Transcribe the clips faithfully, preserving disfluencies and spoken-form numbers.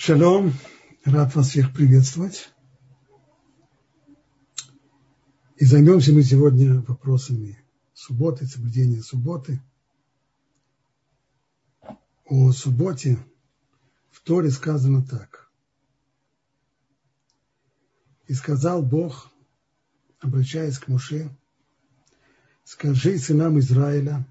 Шалом, рад вас всех приветствовать. И займемся мы сегодня вопросами субботы, соблюдения субботы. О субботе в Торе сказано так. И сказал Бог, обращаясь к Моше: скажи сынам Израиля,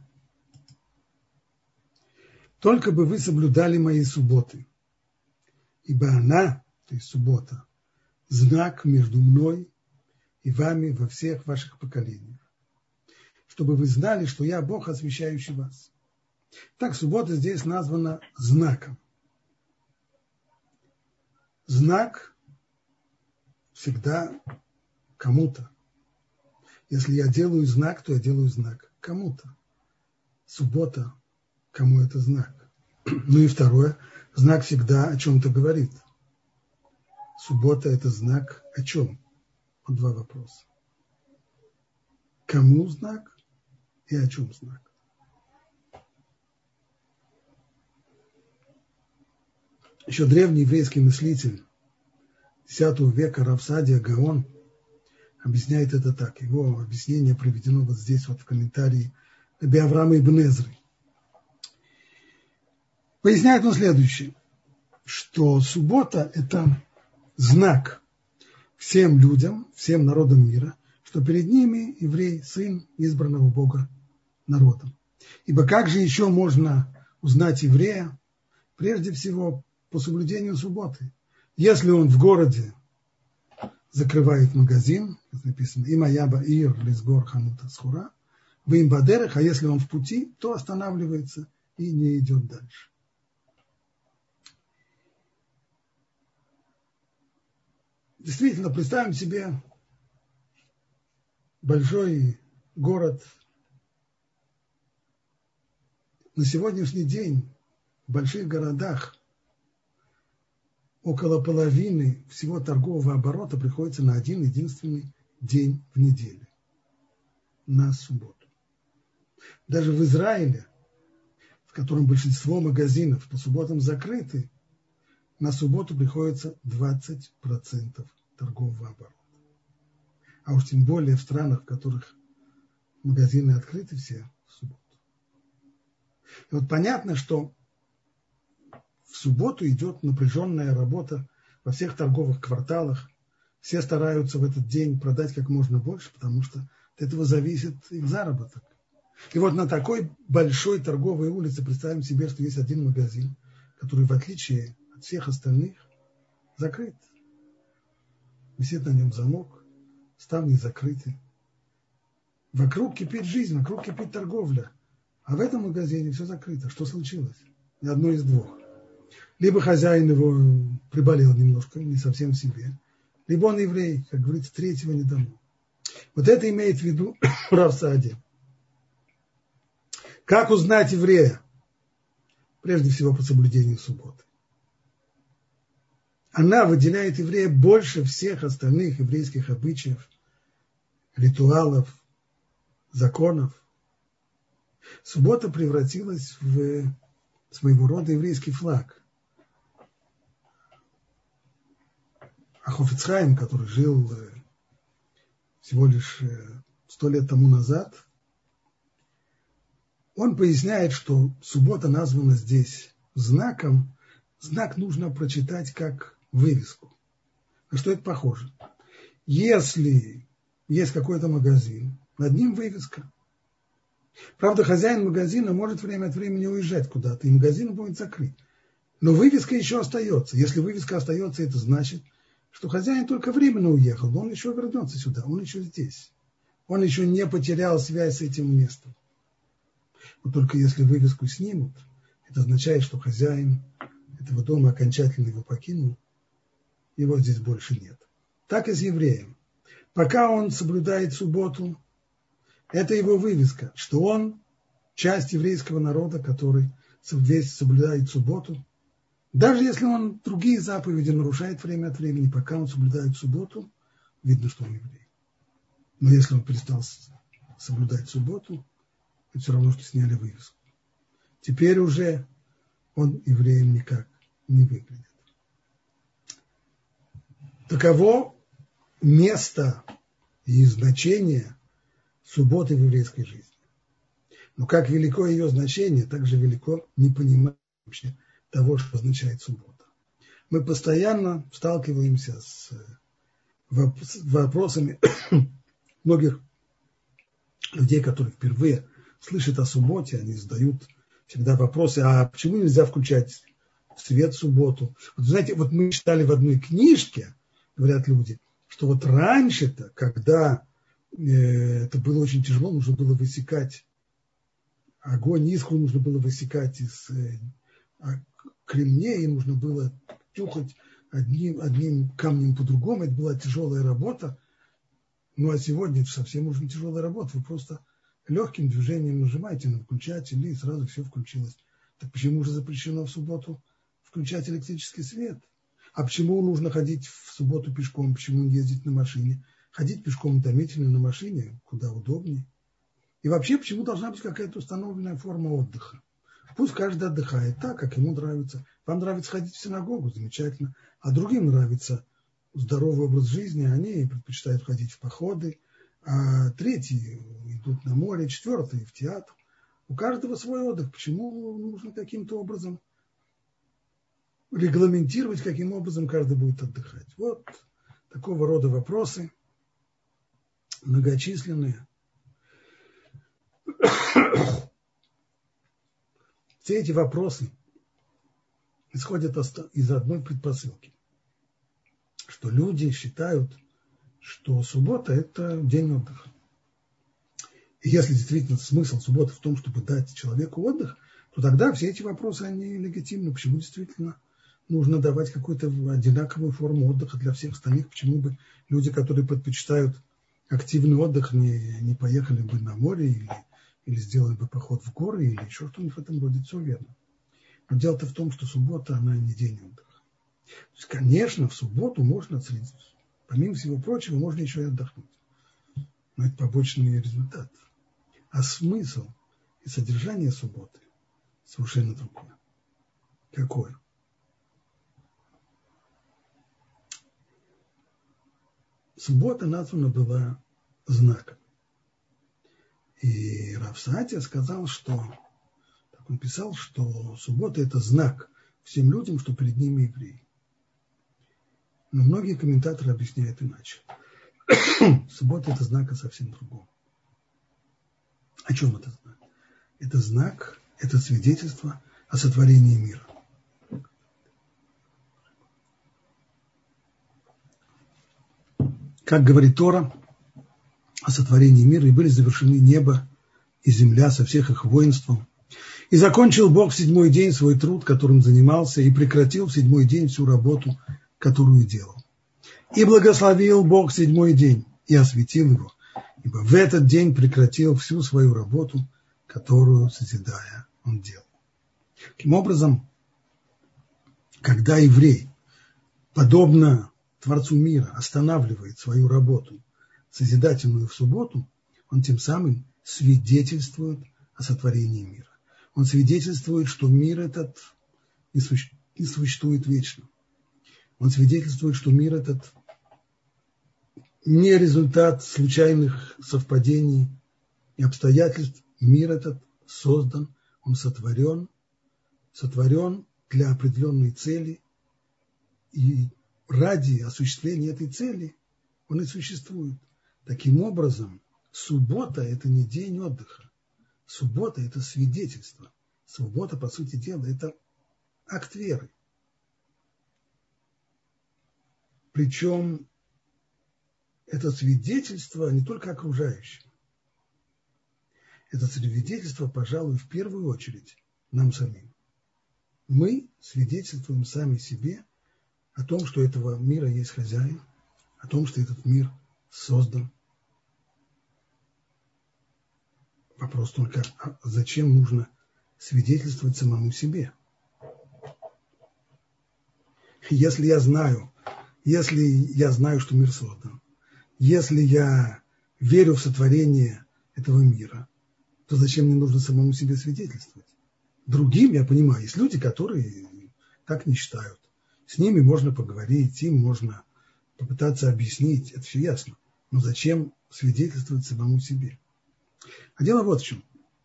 только бы вы соблюдали мои субботы, ибо она, то есть суббота, знак между мной и вами во всех ваших поколениях, чтобы вы знали, что я Бог, освящающий вас. Так, суббота здесь названа знаком. Знак всегда кому-то. Если я делаю знак, то я делаю знак кому-то. Суббота, кому это знак? Ну и второе, знак всегда о чем-то говорит. Суббота – это знак о чем? Вот два вопроса. Кому знак и о чем знак? Еще древний еврейский мыслитель десятого века Рав Садия Гаон объясняет это так. Его объяснение приведено вот здесь, вот в комментарии Раби Авраама ибн Эзры. Поясняет он следующее, что суббота – это знак всем людям, всем народам мира, что перед ними еврей, сын избранного Бога народа. Ибо как же еще можно узнать еврея? Прежде всего, по соблюдению субботы. Если он в городе закрывает магазин, как написано, «Има яба ир лизгор ханута схура», «Вы им бадерах», а если он в пути, то останавливается и не идет дальше. Действительно, представим себе большой город. На сегодняшний день в больших городах около половины всего торгового оборота приходится на один единственный день в неделю, на субботу. Даже в Израиле, в котором большинство магазинов по субботам закрыты, на субботу приходится двадцать процентов торгового оборота. А уж тем более в странах, в которых магазины открыты все в субботу. И вот понятно, что в субботу идет напряженная работа во всех торговых кварталах. Все стараются в этот день продать как можно больше, потому что от этого зависит их заработок. И вот на такой большой торговой улице представим себе, что есть один магазин, который в отличие от всех остальных закрыт. Висит на нем замок, ставни закрыты. Вокруг кипит жизнь, вокруг кипит торговля. А в этом магазине все закрыто. Что случилось? Ни одно из двух. Либо хозяин его приболел немножко, не совсем в себе, либо он еврей, как говорится, третьего не дано. Вот это имеет в виду Рав Саадия. Как узнать еврея? Прежде всего по соблюдению субботы. Она выделяет еврея больше всех остальных еврейских обычаев, ритуалов, законов. Суббота превратилась в своего рода еврейский флаг. А Хофец Хаим, который жил всего лишь сто лет тому назад, он поясняет, что суббота названа здесь знаком. Знак нужно прочитать как вывеску. На что это похоже? Если есть какой-то магазин, над ним вывеска. Правда, хозяин магазина может время от времени уезжать куда-то, и магазин будет закрыт. Но вывеска еще остается. Если вывеска остается, это значит, что хозяин только временно уехал, но он еще вернется сюда, он еще здесь. Он еще не потерял связь с этим местом. Но только если вывеску снимут, это означает, что хозяин этого дома окончательно его покинул, его здесь больше нет. Так и с евреем. Пока он соблюдает субботу, это его вывеска, что он часть еврейского народа, который весь соблюдает субботу. Даже если он другие заповеди нарушает время от времени, пока он соблюдает субботу, видно, что он еврей. Но если он перестал соблюдать субботу, это все равно, что сняли вывеску. Теперь уже он евреем никак не выглядит. Таково место и значение субботы в еврейской жизни. Но как велико ее значение, так же велико непонимание вообще того, что означает суббота. Мы постоянно сталкиваемся с вопросами многих людей, которые впервые слышат о субботе, они задают всегда вопросы, а почему нельзя включать свет в субботу? Вот, знаете, вот мы читали в одной книжке, говорят люди, что вот раньше-то, когда э, это было очень тяжело, нужно было высекать огонь, искру нужно было высекать из э, кремней, и нужно было тюхать одним, одним камнем по другому, это была тяжелая работа. Ну а сегодня это совсем уже не тяжелая работа, вы просто легким движением нажимаете на выключатель, и сразу все включилось. Так почему же запрещено в субботу включать электрический свет? А почему нужно ходить в субботу пешком, почему не ездить на машине? Ходить пешком утомительно, на машине куда удобнее. И вообще, почему должна быть какая-то установленная форма отдыха? Пусть каждый отдыхает так, как ему нравится. Вам нравится ходить в синагогу, замечательно. А другим нравится здоровый образ жизни, они предпочитают ходить в походы. А третьи идут на море, четвертые в театр. У каждого свой отдых. Почему нужно каким-то образом регламентировать, каким образом каждый будет отдыхать? Вот такого рода вопросы, многочисленные. Все эти вопросы исходят из одной предпосылки, что люди считают, что суббота – это день отдыха. И если действительно смысл субботы в том, чтобы дать человеку отдых, то тогда все эти вопросы, они легитимны. Почему действительно нужно давать какую-то одинаковую форму отдыха для всех остальных? Почему бы люди, которые предпочитают активный отдых, не, не поехали бы на море или, или сделали бы поход в горы или еще что-нибудь в этом роде? Все верно. Но дело-то в том, что суббота, она не день отдыха. То есть, конечно, в субботу можно, помимо всего прочего, можно еще и отдохнуть. Но это побочный результат. А смысл и содержание субботы совершенно другое. Какое? Суббота названа была знаком. И Рав Саатья сказал, что, так он писал, что суббота – это знак всем людям, что перед ними евреи. Но многие комментаторы объясняют иначе. Суббота – это знак о совсем другом. О чем это знак? Это знак, это свидетельство о сотворении мира. Как говорит Тора, о сотворении мира, и были завершены небо и земля со всех их воинством. И закончил Бог в седьмой день свой труд, которым занимался, и прекратил в седьмой день всю работу, которую делал. И благословил Бог седьмой день и осветил его, ибо в этот день прекратил всю свою работу, которую, созидая, он делал. Таким образом, когда еврей, подобно Творцу мира, останавливает свою работу, созидательную в субботу, он тем самым свидетельствует о сотворении мира. Он свидетельствует, что мир этот не существует вечно. Он свидетельствует, что мир этот не результат случайных совпадений и обстоятельств. Мир этот создан, он сотворен, сотворен для определенной цели, и ради осуществления этой цели он и существует. Таким образом, суббота – это не день отдыха. Суббота – это свидетельство. Суббота, по сути дела, это акт веры. Причем это свидетельство не только окружающим. Это свидетельство, пожалуй, в первую очередь нам самим. Мы свидетельствуем сами себе о том, что этого мира есть хозяин, о том, что этот мир создан. Вопрос только, а зачем нужно свидетельствовать самому себе? Если я знаю, если я знаю, что мир создан, если я верю в сотворение этого мира, то зачем мне нужно самому себе свидетельствовать? Другим, я понимаю, есть люди, которые так не считают. С ними можно поговорить, им можно попытаться объяснить, это все ясно. Но зачем свидетельствовать самому себе? А дело вот в чем.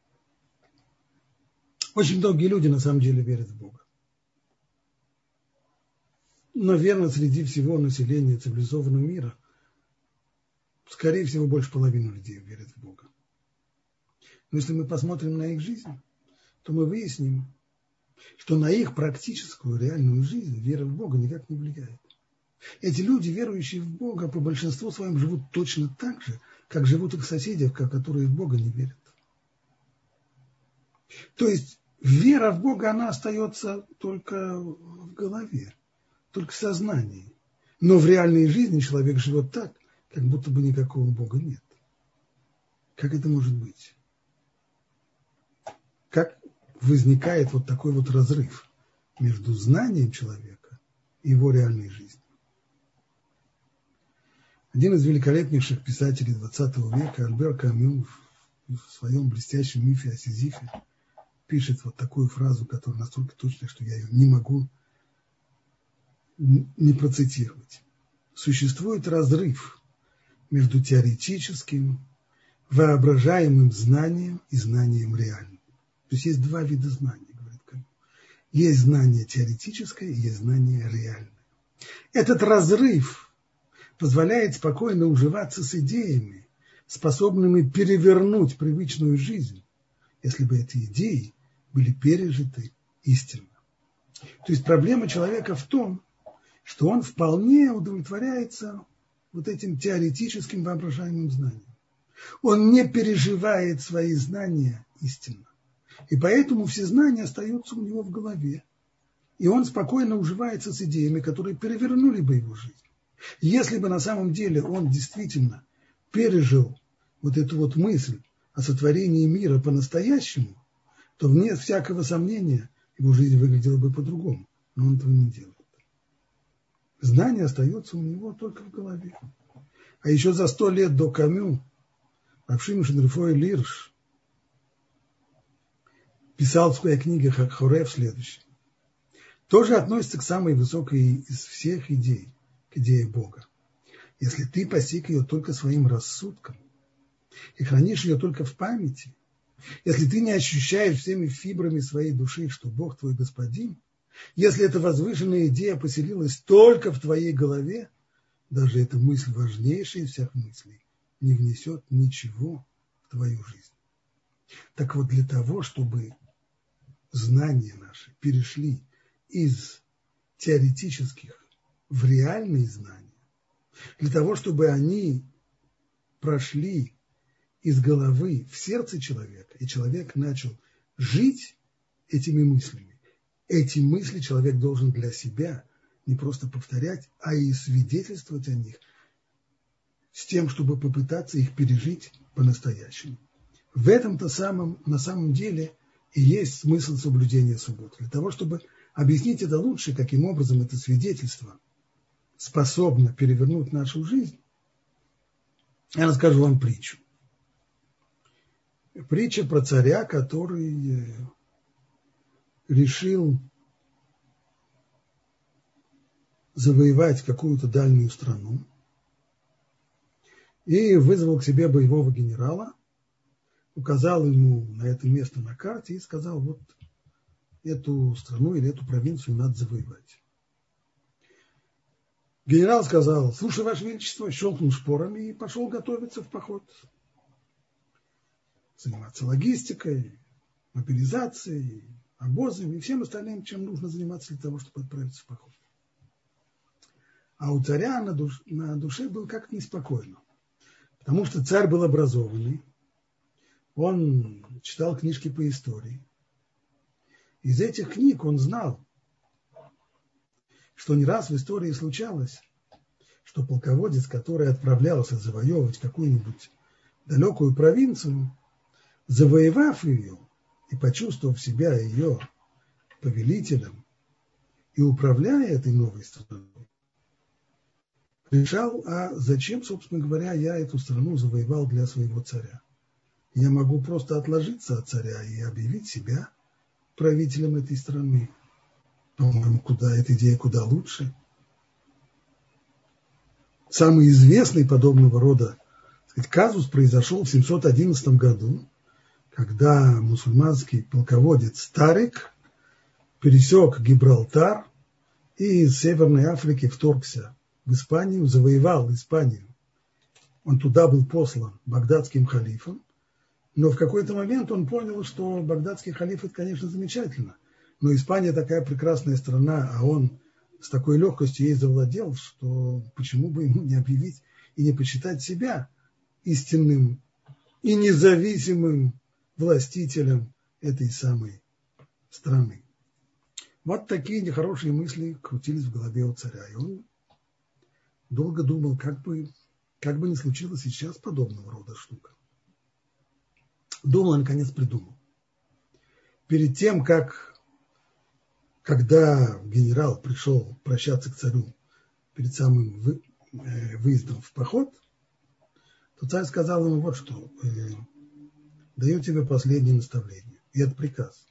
Очень многие люди на самом деле верят в Бога. Наверное, среди всего населения цивилизованного мира, скорее всего, больше половины людей верят в Бога. Но если мы посмотрим на их жизнь, то мы выясним, что на их практическую реальную жизнь вера в Бога никак не влияет. Эти люди, верующие в Бога, по большинству своим живут точно так же, как живут их соседи, которые в Бога не верят. То есть вера в Бога, она остается только в голове, только в сознании. Но в реальной жизни человек живет так, как будто бы никакого Бога нет. Как это может быть? Как возникает вот такой вот разрыв между знанием человека и его реальной жизнью? Один из великолепнейших писателей двадцатого века, Альбер Камю, в своем блестящем мифе о Сизифе пишет вот такую фразу, которая настолько точная, что я ее не могу не процитировать. Существует разрыв между теоретическим, воображаемым знанием и знанием реальным. То есть есть два вида знаний, говорит Камю. Есть знание теоретическое и есть знание реальное. Этот разрыв позволяет спокойно уживаться с идеями, способными перевернуть привычную жизнь, если бы эти идеи были пережиты истинно. То есть проблема человека в том, что он вполне удовлетворяется вот этим теоретическим воображаемым знанием. Он не переживает свои знания истинно. И поэтому все знания остаются у него в голове. И он спокойно уживается с идеями, которые перевернули бы его жизнь. Если бы на самом деле он действительно пережил вот эту вот мысль о сотворении мира по-настоящему, то вне всякого сомнения его жизнь выглядела бы по-другому. Но он этого не делает. Знание остается у него только в голове. А еще за сто лет до Камю Рав Шимшон Рифуэй Лирш писал в своей книге Хорев следующее. Тоже относится к самой высокой из всех идей, к идее Бога. Если ты постиг ее только своим рассудком и хранишь ее только в памяти, если ты не ощущаешь всеми фибрами своей души, что Бог твой господин, если эта возвышенная идея поселилась только в твоей голове, даже эта мысль, важнейшая из всех мыслей, не внесет ничего в твою жизнь. Так вот, для того, чтобы знания наши перешли из теоретических в реальные знания, для того, чтобы они прошли из головы в сердце человека, и человек начал жить этими мыслями, эти мысли человек должен для себя не просто повторять, а и свидетельствовать о них с тем, чтобы попытаться их пережить по-настоящему. В этом-то самом, на самом деле и есть смысл соблюдения субботы. Для того, чтобы объяснить это лучше, каким образом это свидетельство способно перевернуть нашу жизнь, я расскажу вам притчу. Притча про царя, который решил завоевать какую-то дальнюю страну и вызвал к себе боевого генерала, указал ему на это место на карте и сказал, вот эту страну или эту провинцию надо завоевать. Генерал сказал, слушай, Ваше Величество, щелкнул шпорами и пошел готовиться в поход. Заниматься логистикой, мобилизацией, обозами и всем остальным, чем нужно заниматься для того, чтобы отправиться в поход. А у царя на душе, на душе было как-то неспокойно, потому что царь был образованный, он читал книжки по истории. Из этих книг он знал, что не раз в истории случалось, что полководец, который отправлялся завоевывать какую-нибудь далекую провинцию, завоевав ее и почувствовав себя ее повелителем и управляя этой новой страной, решал, а зачем, собственно говоря, я эту страну завоевал для своего царя? Я могу просто отложиться от царя и объявить себя правителем этой страны. По-моему, куда эта идея куда лучше. самый известный подобного рода, так сказать, казус произошел в семьсот одиннадцатом году, когда мусульманский полководец Тарик пересек Гибралтар и из Северной Африки вторгся в Испанию, завоевал Испанию. Он туда был послан багдадским халифом, но в какой-то момент он понял, что багдадский халиф – это, конечно, замечательно, но Испания такая прекрасная страна, а он с такой легкостью ей завладел, что почему бы ему не объявить и не почитать себя истинным и независимым властителем этой самой страны. Вот такие нехорошие мысли крутились в голове у царя. И он долго думал, как бы, как бы не случилось сейчас подобного рода штука. Думал, наконец придумал. Перед тем, как, когда генерал пришел прощаться к царю перед самым вы, э, выездом в поход, то царь сказал ему вот что: э, даю тебе последнее наставление, и это приказ.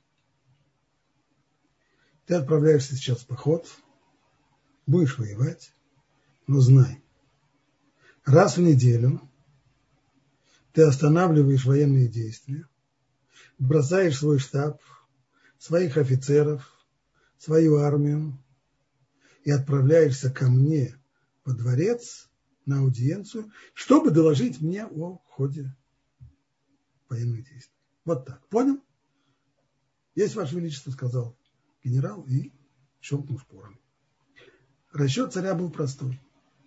Ты отправляешься сейчас в поход, будешь воевать, но знай, раз в неделю ты останавливаешь военные действия, бросаешь свой штаб, своих офицеров, свою армию и отправляешься ко мне во дворец на аудиенцию, чтобы доложить мне о ходе военных действий. Вот так. Понял? Есть, Ваше Величество, сказал генерал и щелкнул шпорами. Расчет царя был простой.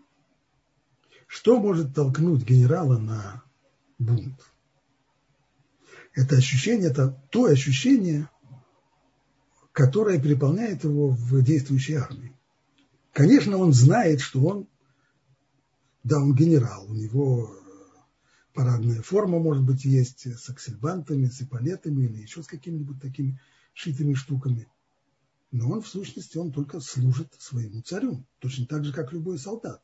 Что может толкнуть генерала на бунт? Это ощущение, это то ощущение, которое переполняет его в действующей армии. Конечно, он знает, что он, да, он генерал, у него парадная форма, может быть, есть с аксельбантами, с эполетами или еще с какими-нибудь такими шитыми штуками. Но он, в сущности, он только служит своему царю, точно так же, как любой солдат.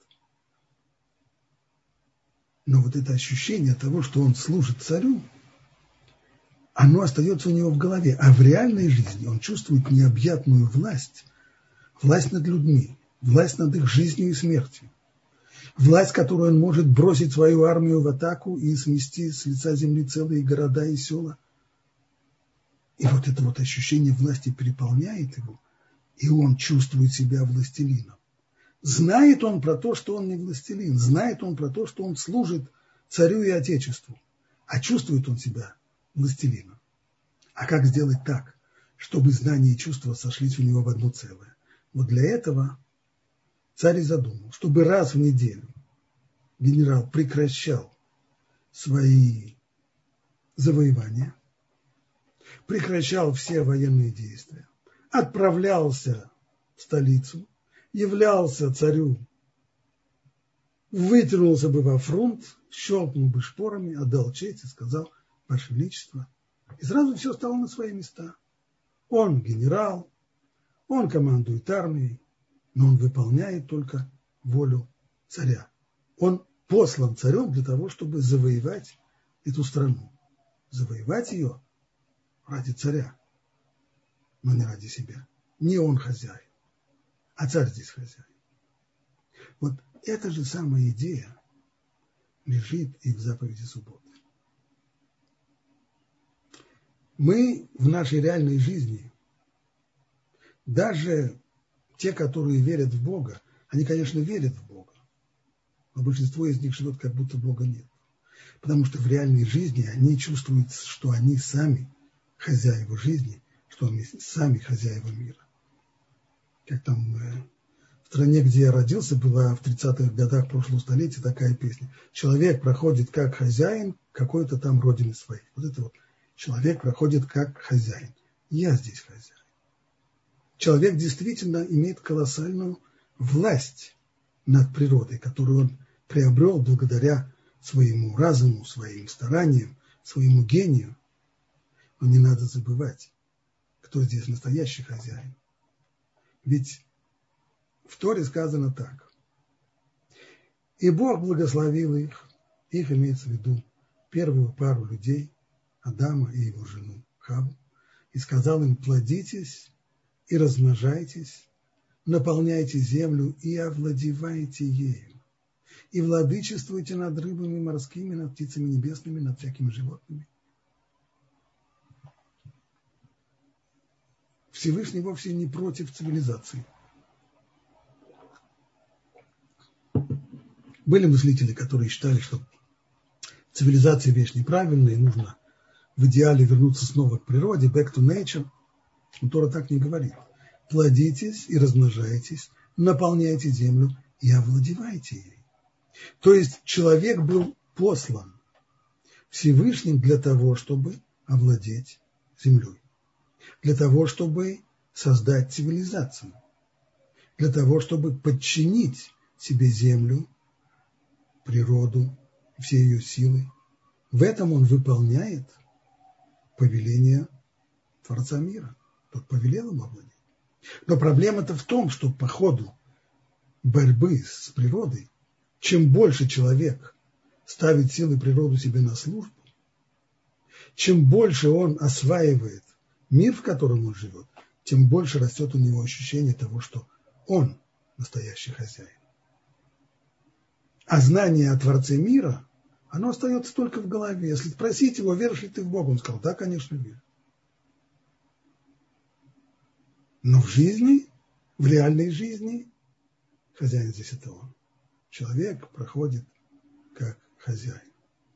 Но вот это ощущение того, что он служит царю, оно остается у него в голове. А в реальной жизни он чувствует необъятную власть, власть над людьми, власть над их жизнью и смертью. Власть, которую он может бросить свою армию в атаку и смести с лица земли целые города и села. И вот это вот ощущение власти переполняет его, и он чувствует себя властелином. Знает он про то, что он не властелин, знает он про то, что он служит царю и отечеству, а чувствует он себя властелином. А как сделать так, чтобы знание и чувства сошлись у него в одно целое? Вот для этого царь и задумал, чтобы раз в неделю генерал прекращал свои завоевания, прекращал все военные действия, отправлялся в столицу, являлся царю, вытянулся бы во фронт, щелкнул бы шпорами, отдал честь и сказал: Ваше Величество. И сразу все стало на свои места. Он генерал, он командует армией, но он выполняет только волю царя. Он послан царем для того, чтобы завоевать эту страну. Завоевать ее ради царя, но не ради себя. Не он хозяин, а царь здесь хозяин. Вот эта же самая идея лежит и в заповеди субботы. Мы в нашей реальной жизни, даже те, которые верят в Бога, они, конечно, верят в Бога, но большинство из них живет, как будто Бога нет. Потому что в реальной жизни они чувствуют, что они сами хозяева жизни, что они сами хозяева мира. Как там в стране, где я родился, была в тридцатых годах прошлого столетия такая песня: человек проходит как хозяин какой-то там родины своей. Вот это вот. Человек проходит как хозяин. Я здесь хозяин. Человек действительно имеет колоссальную власть над природой, которую он приобрел благодаря своему разуму, своим стараниям, своему гению. Но не надо забывать, кто здесь настоящий хозяин. Ведь в Торе сказано так: и Бог благословил их, их имеется в виду первую пару людей, Адама и его жену Хаву, и сказал им: плодитесь и размножайтесь, наполняйте землю и овладевайте ею, и владычествуйте над рыбами морскими, над птицами небесными, над всякими животными. Всевышний вовсе не против цивилизации. Были мыслители, которые считали, что цивилизация вещь неправильная, и нужно в идеале вернуться снова к природе, back to nature. Но Тора так не говорит. Плодитесь и размножайтесь, наполняйте землю и овладевайте ей. То есть человек был послан Всевышним для того, чтобы овладеть землей, для того, чтобы создать цивилизацию, для того, чтобы подчинить себе землю, природу, все ее силы. В этом он выполняет повеление Творца мира. Тот повелел ему овладеть. Но проблема-то в том, что по ходу борьбы с природой, чем больше человек ставит силы природы себе на службу, чем больше он осваивает мир, в котором он живет, тем больше растет у него ощущение того, что он настоящий хозяин. А знание о Творце мира, оно остается только в голове. Если спросить его, веришь ли ты в Бога, он сказал, да, конечно, верю. Но в жизни, в реальной жизни, хозяин здесь это он. Человек проходит как хозяин.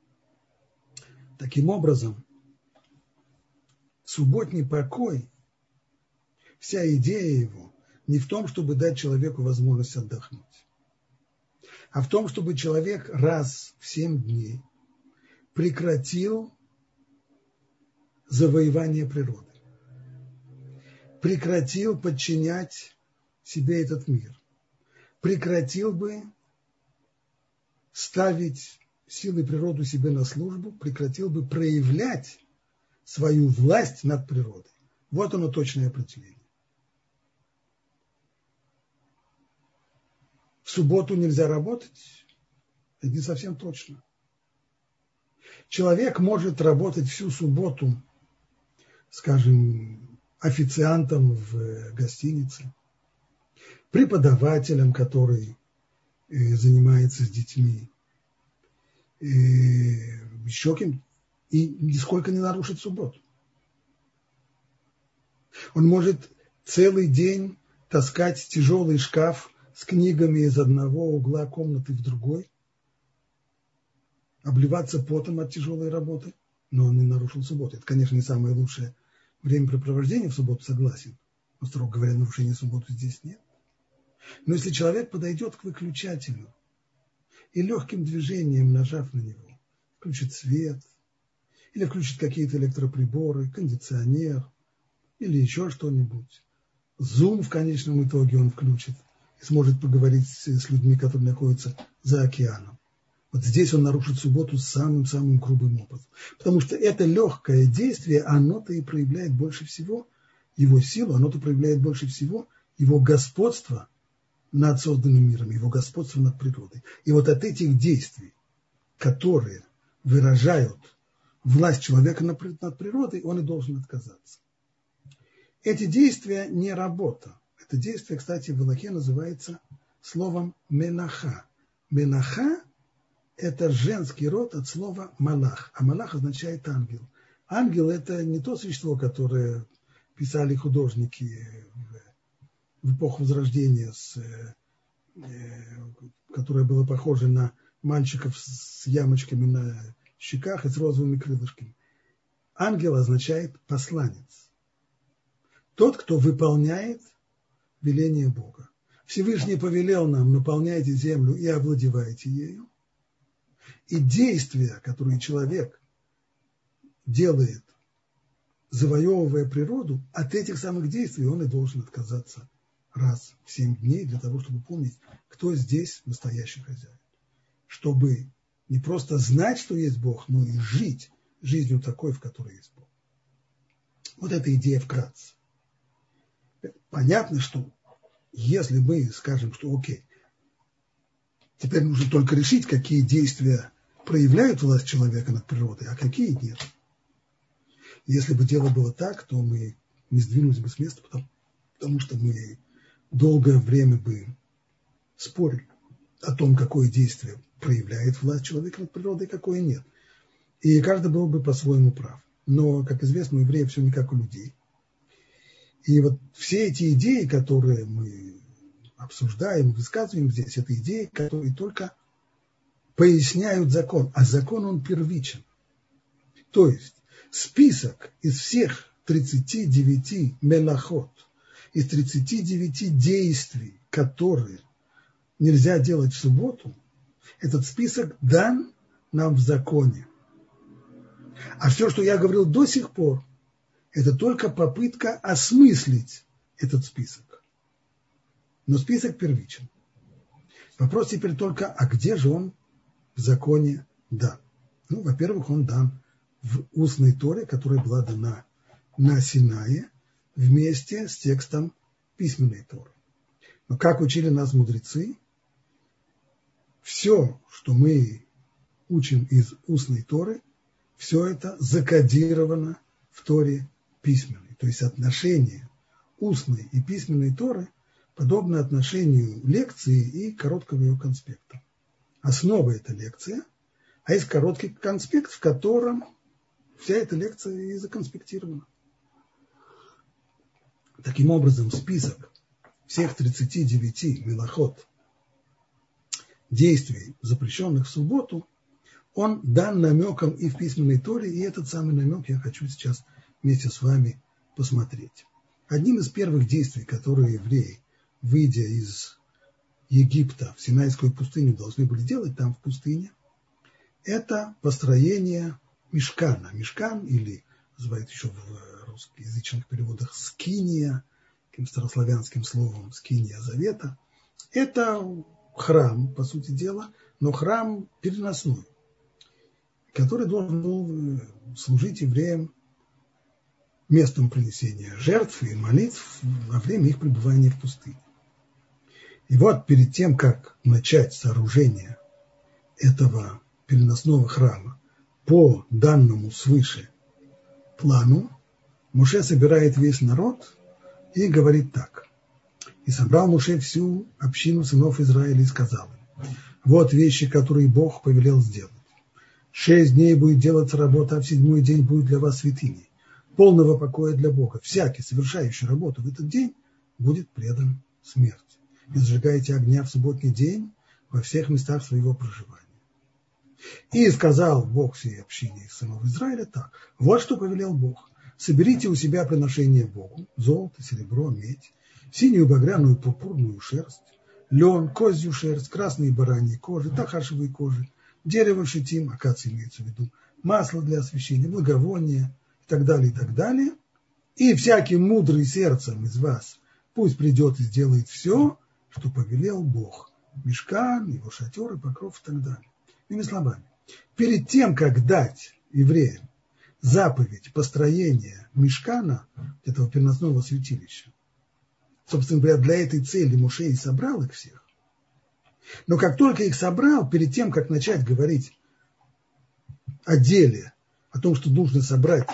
Таким образом, субботний покой, вся идея его не в том, чтобы дать человеку возможность отдохнуть, а в том, чтобы человек раз в семь дней прекратил завоевание природы, прекратил подчинять себе этот мир, прекратил бы ставить силы природы себе на службу, прекратил бы проявлять свою власть над природой. Вот оно точное определение. В субботу нельзя работать? Это не совсем точно. Человек может работать всю субботу, скажем, официантом в гостинице, преподавателем, который занимается с детьми, еще кем, и нисколько не нарушить субботу. Он может целый день таскать тяжелый шкаф с книгами из одного угла комнаты в другой, обливаться потом от тяжелой работы, но он не нарушил субботу. Это, конечно, не самое лучшее времяпрепровождение в субботу, согласен, но, строго говоря, нарушения субботы здесь нет. Но если человек подойдет к выключателю и легким движением, нажав на него, включит свет, или включит какие-то электроприборы, кондиционер, или еще что-нибудь, Zoom в конечном итоге он включит и сможет поговорить с, с людьми, которые находятся за океаном. Вот здесь он нарушит субботу самым-самым грубым образом. Потому что это легкое действие, оно-то и проявляет больше всего его силу, оно-то проявляет больше всего его господство над созданным миром, его господство над природой. И вот от этих действий, которые выражают власть человека над природой, он и должен отказаться. Эти действия не работа. Это действие, кстати, в Алахе называется словом менаха. Менаха – это женский род от слова малах, а малах означает ангел. Ангел – это не то существо, которое писали художники в эпоху Возрождения, с, которое было похоже на мальчиков с ямочками на щеках и с розовыми крылышками. Ангел означает посланец. Тот, кто выполняет веление Бога. Всевышний повелел нам: наполняйте землю и овладевайте ею. И действия, которые человек делает, завоевывая природу, от этих самых действий он и должен отказаться раз в семь дней для того, чтобы помнить, кто здесь настоящий хозяин. Чтобы не просто знать, что есть Бог, но и жить жизнью такой, в которой есть Бог. Вот эта идея вкратце. Понятно, что если мы скажем, что окей, теперь нужно только решить, какие действия проявляют власть человека над природой, а какие нет. Если бы дело было так, то мы не сдвинулись бы с места, потому, потому что мы долгое время бы спорили о том, какое действие проявляет власть человека над природой, какой нет. И каждый был бы по-своему прав. Но, как известно, у евреев все не как у людей. И вот все эти идеи, которые мы обсуждаем, высказываем здесь, это идеи, которые только поясняют закон. А закон, он первичен. То есть список из всех тридцати девяти мелахот, из тридцати девяти действий, которые нельзя делать в субботу, этот список дан нам в законе. А все, что я говорил до сих пор, это только попытка осмыслить этот список. Но список первичен. Вопрос теперь только, а где же он в законе дан? Ну, во-первых, он дан в устной Торе, которая была дана на Синае вместе с текстом письменной Торы. Но как учили нас мудрецы, все, что мы учим из устной Торы, все это закодировано в Торе письменной. То есть отношение устной и письменной Торы подобно отношению лекции и короткого ее конспекта. Основа – это лекция, а есть короткий конспект, в котором вся эта лекция и законспектирована. Таким образом, список всех тридцати девяти мелахот, действий, запрещенных в субботу, он дан намеком и в письменной Торе, и этот самый намек я хочу сейчас вместе с вами посмотреть. Одним из первых действий, которые евреи, выйдя из Египта в Синайскую пустыню, должны были делать там в пустыне, это построение мишкана. Мишкан, или называют еще в русскоязычных переводах скиния, таким старославянским словом скиния завета, это храм, по сути дела, но храм переносной, который должен был служить евреям местом принесения жертв и молитв во время их пребывания в пустыне. И вот перед тем, как начать сооружение этого переносного храма по данному свыше плану, Моше собирает весь народ и говорит так. «И собрал Моше всю общину сынов Израиля и сказал им, вот вещи, которые Бог повелел сделать. Шесть дней будет делаться работа, а в седьмой день будет для вас святыней, полного покоя для Бога. Всякий, совершающий работу в этот день, будет предан смерти. Не зажигайте огня в субботний день во всех местах своего проживания». И сказал Бог всей общине сынов Израиля так. Вот что повелел Бог. Соберите у себя приношение Богу: золото, серебро, медь, синюю багряную пурпурную шерсть, лен, козью шерсть, красные бараньи кожи, тахашевые кожи, дерево шитим, акация имеется в виду, масло для освящения, благовония и так далее, и так далее. И всякий мудрый сердцем из вас пусть придет и сделает все, что повелел Бог. Мишкан, его шатер и покров и так далее. Иными словами, перед тем, как дать евреям заповедь построения мишкана, этого переносного святилища, собственно говоря, для этой цели Моше и собрал их всех. Но как только их собрал, перед тем, как начать говорить о деле, о том, что нужно собрать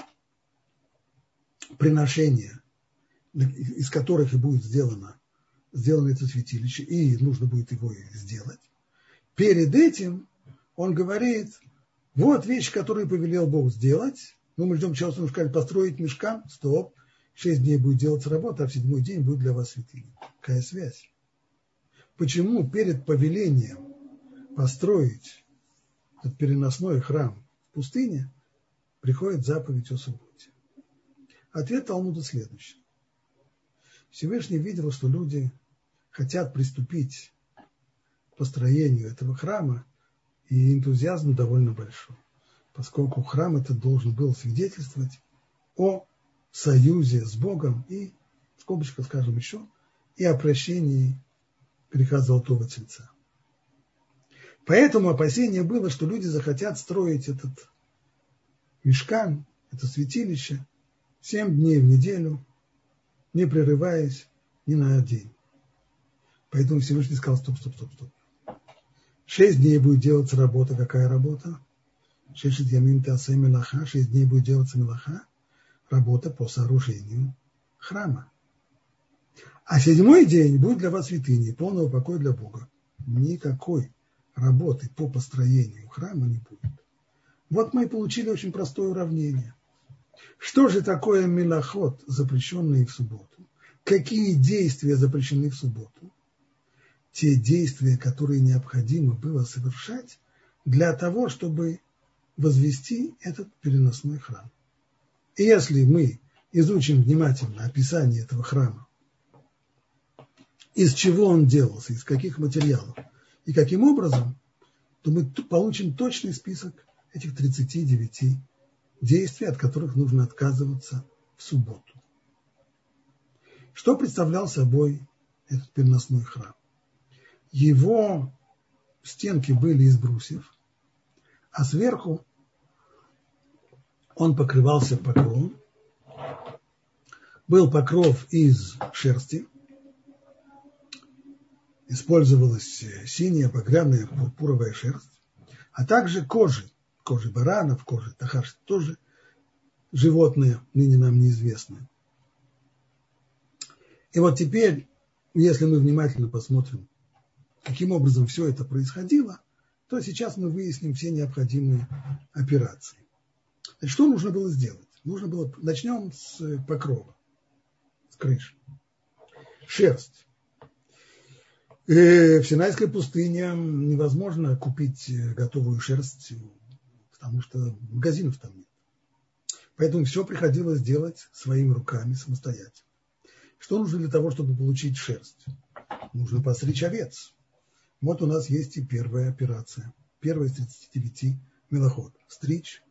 приношения, из которых и будет сделано, сделано это святилище, и нужно будет его сделать, перед этим он говорит, вот вещи, которые повелел Бог сделать. Ну, мы ждем человека, сказали, построить мишкан. Стоп. Шесть дней будет делаться работа, а в седьмой день будет для вас святыня. Какая связь? Почему перед повелением построить этот переносной храм в пустыне приходит заповедь о субботе? Ответ Талмуда следующий. Всевышний видел, что люди хотят приступить к построению этого храма, и энтузиазм довольно большой, поскольку храм этот должен был свидетельствовать о союзе с Богом и, в скобочках скажем еще, и о прощении греха Золотого Тельца. Поэтому опасение было, что люди захотят строить этот мишкан, это святилище, семь дней в неделю, не прерываясь ни на день. Поэтому Всевышний сказал, стоп, стоп, стоп, стоп. Шесть дней будет делаться работа. Какая работа? Шешет ямим теасе мелаха. Шесть дней будет делаться мелаха. Работа по сооружению храма. А седьмой день будет для вас святыней, полного покоя для Бога. Никакой работы по построению храма не будет. Вот мы и получили очень простое уравнение. Что же такое мелахот, запрещенные в субботу? Какие действия запрещены в субботу? Те действия, которые необходимо было совершать для того, чтобы возвести этот переносной храм. И если мы изучим внимательно описание этого храма, из чего он делался, из каких материалов и каким образом, то мы получим точный список этих тридцати девяти действий, от которых нужно отказываться в субботу. Что представлял собой этот переносной храм? Его стенки были из брусьев, а сверху он покрывался покровом. Был покров из шерсти, использовалась синяя, багряная, пурпуровая шерсть, а также кожи, кожи баранов, кожи тахаш, тоже животные, ныне нам неизвестные. И вот теперь, если мы внимательно посмотрим, каким образом все это происходило, то сейчас мы выясним все необходимые операции. Значит, что нужно было сделать? Нужно было, начнем с покрова, с крыши. Шерсть. И в Синайской пустыне невозможно купить готовую шерсть, потому что магазинов там нет. Поэтому все приходилось делать своими руками самостоятельно. Что нужно для того, чтобы получить шерсть? Нужно постричь овец. Вот у нас есть и первая операция. Первая из тридцати девяти мелахот. Стричь.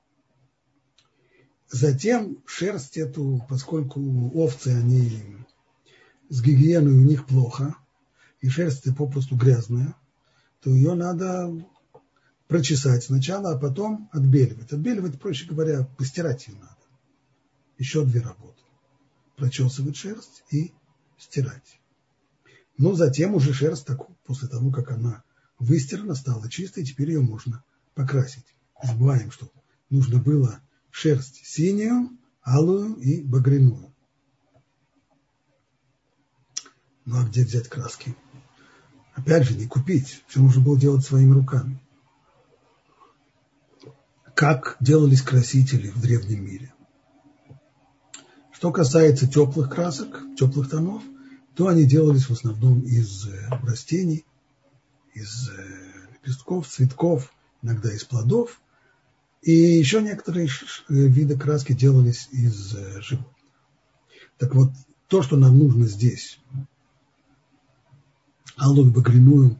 Затем шерсть эту, поскольку овцы, они с гигиеной у них плохо, и шерсть попросту грязная, то ее надо прочесать сначала, а потом отбеливать. Отбеливать, проще говоря, постирать ее надо. Еще две работы. Прочесывать шерсть и стирать. Но затем уже шерсть, так, после того, как она выстирана, стала чистой, теперь ее можно покрасить. Не забываем, что нужно было шерсть синюю, алую и багряную. Ну а где взять краски? Опять же, не купить. Все нужно было делать своими руками. Как делались красители в древнем мире? Что касается теплых красок, теплых тонов, то они делались в основном из растений, из лепестков, цветков, иногда из плодов. И еще некоторые виды краски делались из животных. Так вот, то, что нам нужно здесь, алую, багряную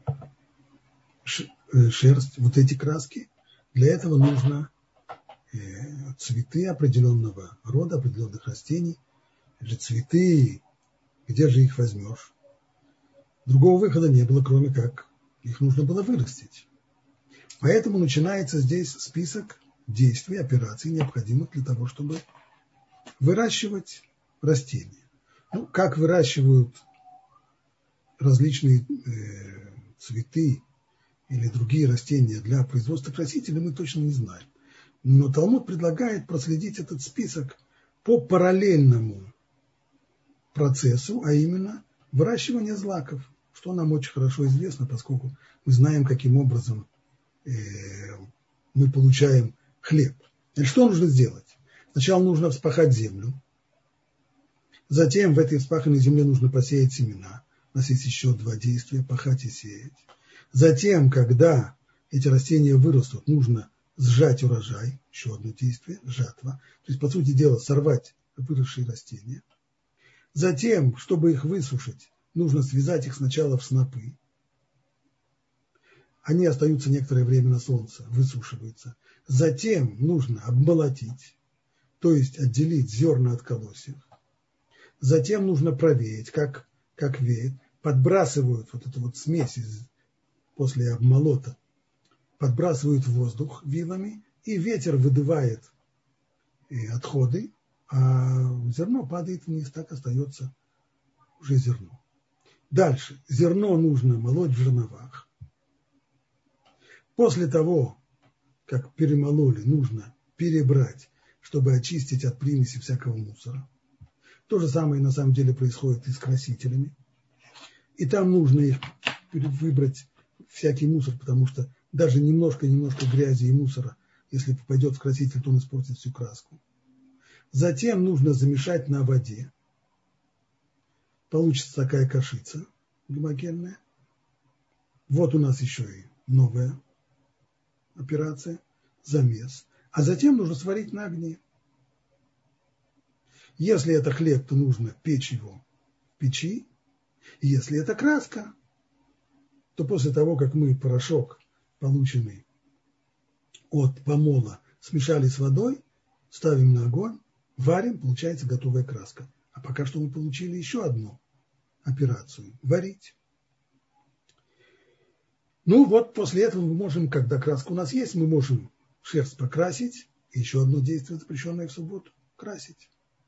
шерсть, вот эти краски, для этого нужно цветы определенного рода, определенных растений. Это же цветы, где же их возьмешь? Другого выхода не было, кроме как их нужно было вырастить. Поэтому начинается здесь список действий, операций, необходимых для того, чтобы выращивать растения. Ну, как выращивают различные э, цветы или другие растения для производства красителей, мы точно не знаем. Но Талмуд предлагает проследить этот список по параллельному процессу, а именно выращивание злаков, что нам очень хорошо известно, поскольку мы знаем, каким образом э, мы получаем хлеб. Значит, что нужно сделать? Сначала нужно вспахать землю, затем в этой вспаханной земле нужно посеять семена. У нас есть еще два действия – пахать и сеять. Затем, когда эти растения вырастут, нужно сжать урожай, еще одно действие, жатва. То есть, по сути дела, сорвать выросшие растения. Затем, чтобы их высушить, нужно связать их сначала в снопы. Они остаются некоторое время на солнце, высушиваются. Затем нужно обмолотить, то есть отделить зерна от колосьев. Затем нужно провеять, как, как веет. Подбрасывают вот эту вот смесь из, после обмолота, подбрасывают в воздух вилами, и ветер выдувает отходы, а зерно падает вниз, так остается уже зерно. Дальше. Зерно нужно молоть в жерновах. После того, как перемололи, нужно перебрать, чтобы очистить от примеси всякого мусора. То же самое на самом деле происходит и с красителями. И там нужно их выбрать, всякий мусор, потому что даже немножко-немножко грязи и мусора, если попадет в краситель, то он испортит всю краску. Затем нужно замешать на воде. Получится такая кашица гомогенная. Вот у нас еще и новая операция, замес. А затем нужно сварить на огне. Если это хлеб, то нужно печь его в печи. Если это краска, то после того, как мы порошок, полученный от помола, смешали с водой, ставим на огонь, варим, получается готовая краска. А пока что мы получили еще одну операцию – варить. Ну вот после этого мы можем, когда краска у нас есть, мы можем шерсть покрасить. И еще одно действие, запрещенное в субботу – красить.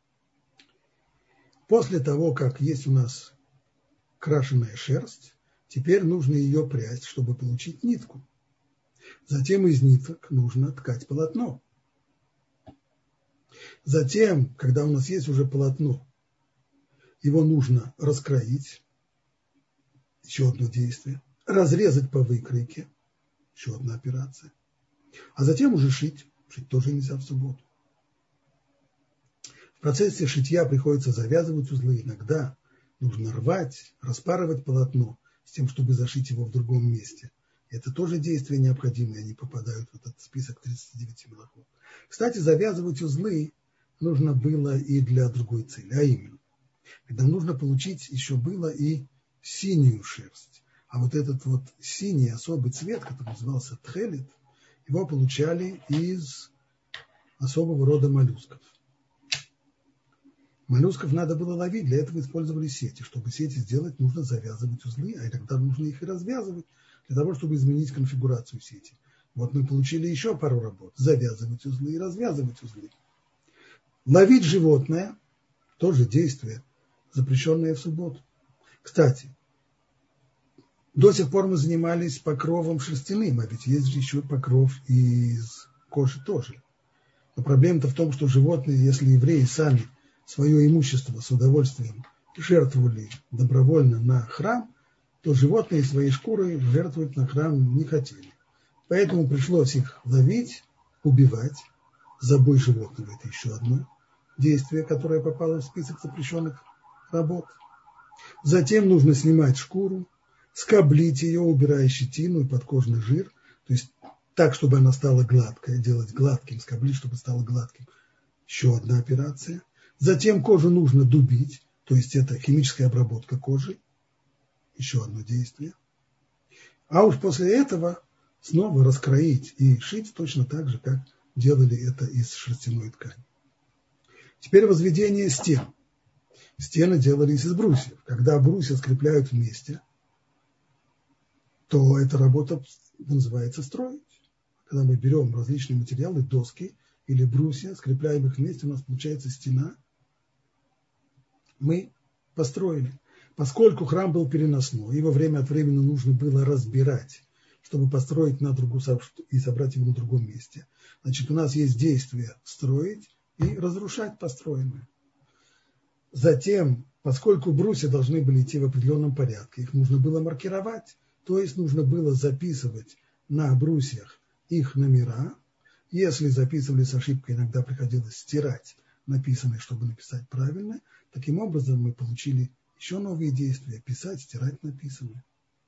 После того, как есть у нас крашеная шерсть, теперь нужно ее прясть, чтобы получить нитку. Затем из ниток нужно ткать полотно. Затем, когда у нас есть уже полотно, его нужно раскроить, еще одно действие, разрезать по выкройке, еще одна операция, а затем уже шить. Шить тоже нельзя в субботу. В процессе шитья приходится завязывать узлы. Иногда нужно рвать, распарывать полотно с тем, чтобы зашить его в другом месте. Это тоже действия необходимые, они попадают в этот список тридцати девяти мелахот. Кстати, завязывать узлы нужно было и для другой цели, а именно, когда нужно получить еще было и синюю шерсть. А вот этот вот синий особый цвет, который назывался тхелет, его получали из особого рода моллюсков. Моллюсков надо было ловить, для этого использовали сети. Чтобы сети сделать, нужно завязывать узлы, а иногда нужно их и развязывать, для того, чтобы изменить конфигурацию сети. Вот мы получили еще пару работ. Завязывать узлы и развязывать узлы. Ловить животное – тоже действие, запрещенное в субботу. Кстати, до сих пор мы занимались покровом шерстяным, а ведь есть же еще покров из кожи тоже. Но проблема-то в том, что животные, если евреи сами свое имущество с удовольствием жертвовали добровольно на храм, то животные своей шкурой жертвовать на храм не хотели. Поэтому пришлось их ловить, убивать. Забой животного – это еще одно действие, которое попало в список запрещенных работ. Затем нужно снимать шкуру, скоблить ее, убирая щетину и подкожный жир, то есть так, чтобы она стала гладкой, делать гладким, скоблить, чтобы стало гладким. Еще одна операция. Затем кожу нужно дубить, то есть это химическая обработка кожи. Еще одно действие. А уж после этого снова раскроить и шить точно так же, как делали это из шерстяной ткани. Теперь возведение стен. Стены делались из брусьев. Когда брусья скрепляют вместе, то эта работа называется строить. Когда мы берем различные материалы, доски или брусья, скрепляем их вместе, у нас получается стена. Мы построили. Поскольку храм был переносной, его время от времени нужно было разбирать, чтобы построить на другую и собрать его на другом месте. Значит, у нас есть действие строить и разрушать построенное. Затем, поскольку брусья должны были идти в определенном порядке, их нужно было маркировать, то есть нужно было записывать на брусьях их номера. Если записывали с ошибкой, иногда приходилось стирать написанное, чтобы написать правильно. Таким образом, мы получили еще новые действия – писать, стирать написанное.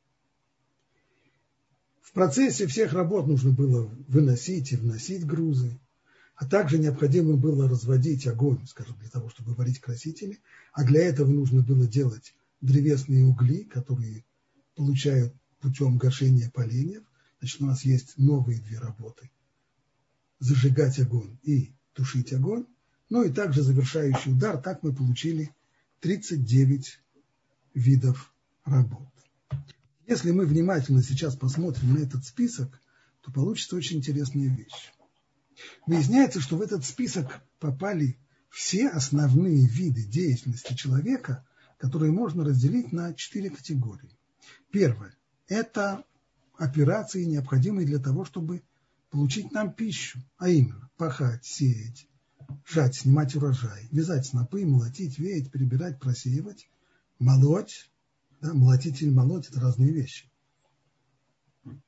В процессе всех работ нужно было выносить и вносить грузы, а также необходимо было разводить огонь, скажем, для того, чтобы варить красители, а для этого нужно было делать древесные угли, которые получают путем гашения поленьев. Значит, у нас есть новые две работы – зажигать огонь и тушить огонь. Ну и также завершающий удар, так мы получили тридцать девять видов работ. Если мы внимательно сейчас посмотрим на этот список, то получится очень интересная вещь. Выясняется, что в этот список попали все основные виды деятельности человека, которые можно разделить на четыре категории. Первое – это операции, необходимые для того, чтобы получить нам пищу, а именно пахать, сеять, жать, снимать урожай, вязать снопы, молотить, веять, перебирать, просеивать, молоть. Да, молотить или молоть – это разные вещи.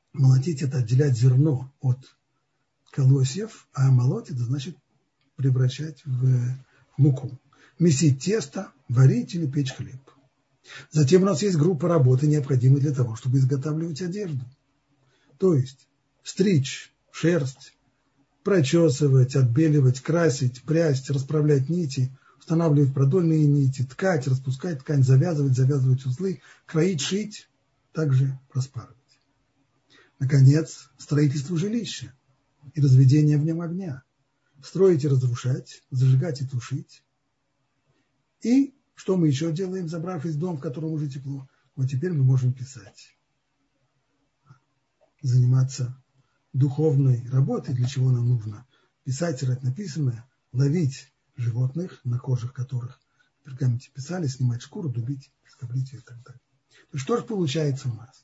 Молотить – это отделять зерно от колосьев, а молоть – это значит превращать в муку. Месить тесто, варить или печь хлеб. Затем у нас есть группа работы, необходимая для того, чтобы изготавливать одежду. То есть стричь шерсть, прочесывать, отбеливать, красить, прясть, расправлять нити, устанавливать продольные нити, ткать, распускать ткань, завязывать, завязывать узлы, кроить, шить, также распарывать. Наконец, строительство жилища и разведение в нем огня. Строить и разрушать, зажигать и тушить. И что мы еще делаем, забравшись в дом, в котором уже тепло? Вот теперь мы можем писать. Заниматься духовной работой, для чего нам нужно писать, стирать написанное, ловить животных, на кожах которых в пергаменте писали, снимать шкуру, дубить, скоблить ее и так далее. То есть что же получается у нас?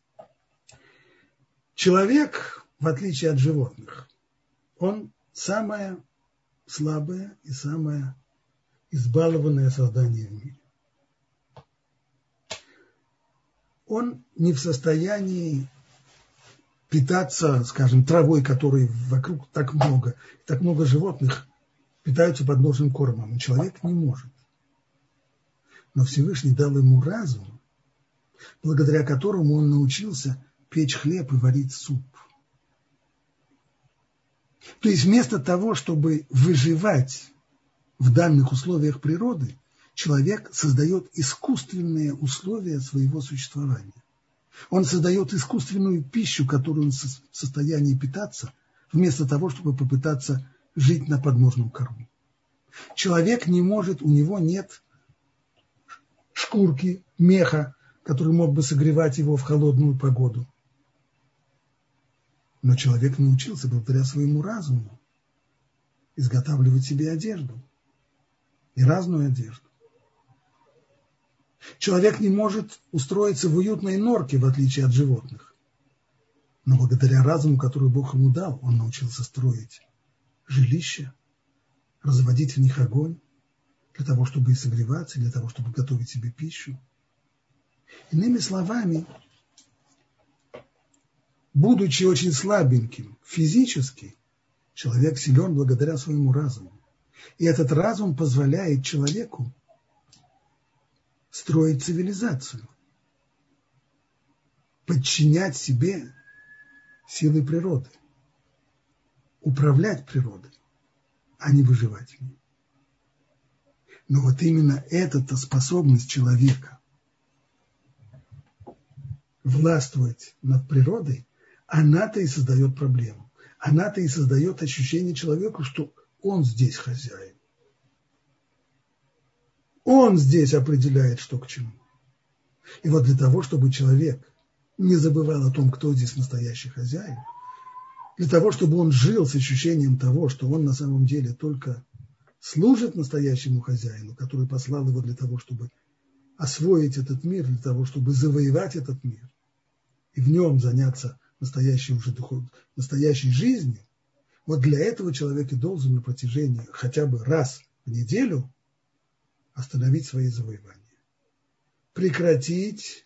Человек, в отличие от животных, он самое слабое и самое избалованное создание в мире. Он не в состоянии питаться, скажем, травой, которой вокруг так много, так много животных питаются подножным кормом, и человек не может. Но Всевышний дал ему разум, благодаря которому он научился печь хлеб и варить суп. То есть вместо того, чтобы выживать в данных условиях природы, человек создает искусственные условия своего существования. Он создает искусственную пищу, которую он в состоянии питаться, вместо того, чтобы попытаться жить на подножном корму. Человек не может, у него нет шкурки, меха, который мог бы согревать его в холодную погоду. Но человек научился, благодаря своему разуму, изготавливать себе одежду. И разную одежду. Человек не может устроиться в уютной норке, в отличие от животных. Но благодаря разуму, который Бог ему дал, он научился строить жилища, разводить в них огонь, для того, чтобы и согреваться, для того, чтобы готовить себе пищу. Иными словами, будучи очень слабеньким физически, человек силен благодаря своему разуму. И этот разум позволяет человеку строить цивилизацию, подчинять себе силы природы, управлять природой, а не выживать в ней. Но вот именно эта способность человека властвовать над природой, она-то и создает проблему. Она-то и создает ощущение человеку, что он здесь хозяин. Он здесь определяет, что к чему. И вот для того, чтобы человек не забывал о том, кто здесь настоящий хозяин, для того, чтобы он жил с ощущением того, что он на самом деле только служит настоящему хозяину, который послал его для того, чтобы освоить этот мир, для того, чтобы завоевать этот мир, и в нем заняться настоящей, уже духов... настоящей жизнью, вот для этого человек и должен на протяжении хотя бы раз в неделю остановить свои завоевания. Прекратить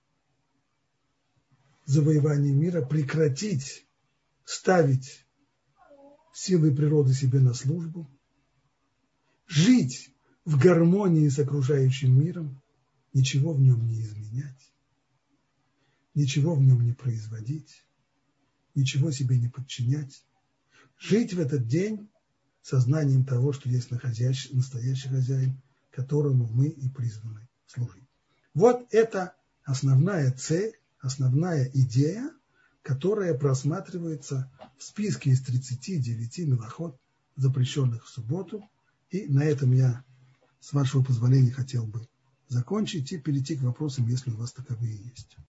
завоевание мира, прекратить ставить силы природы себе на службу, жить в гармонии с окружающим миром, ничего в нем не изменять, ничего в нем не производить, ничего себе не подчинять, жить в этот день сознанием того, что есть настоящий хозяин, которому мы и призваны служить. Вот это основная цель, основная идея, которая просматривается в списке из тридцати девяти мелахот, запрещенных в субботу. И на этом я, с вашего позволения, хотел бы закончить и перейти к вопросам, если у вас таковые есть.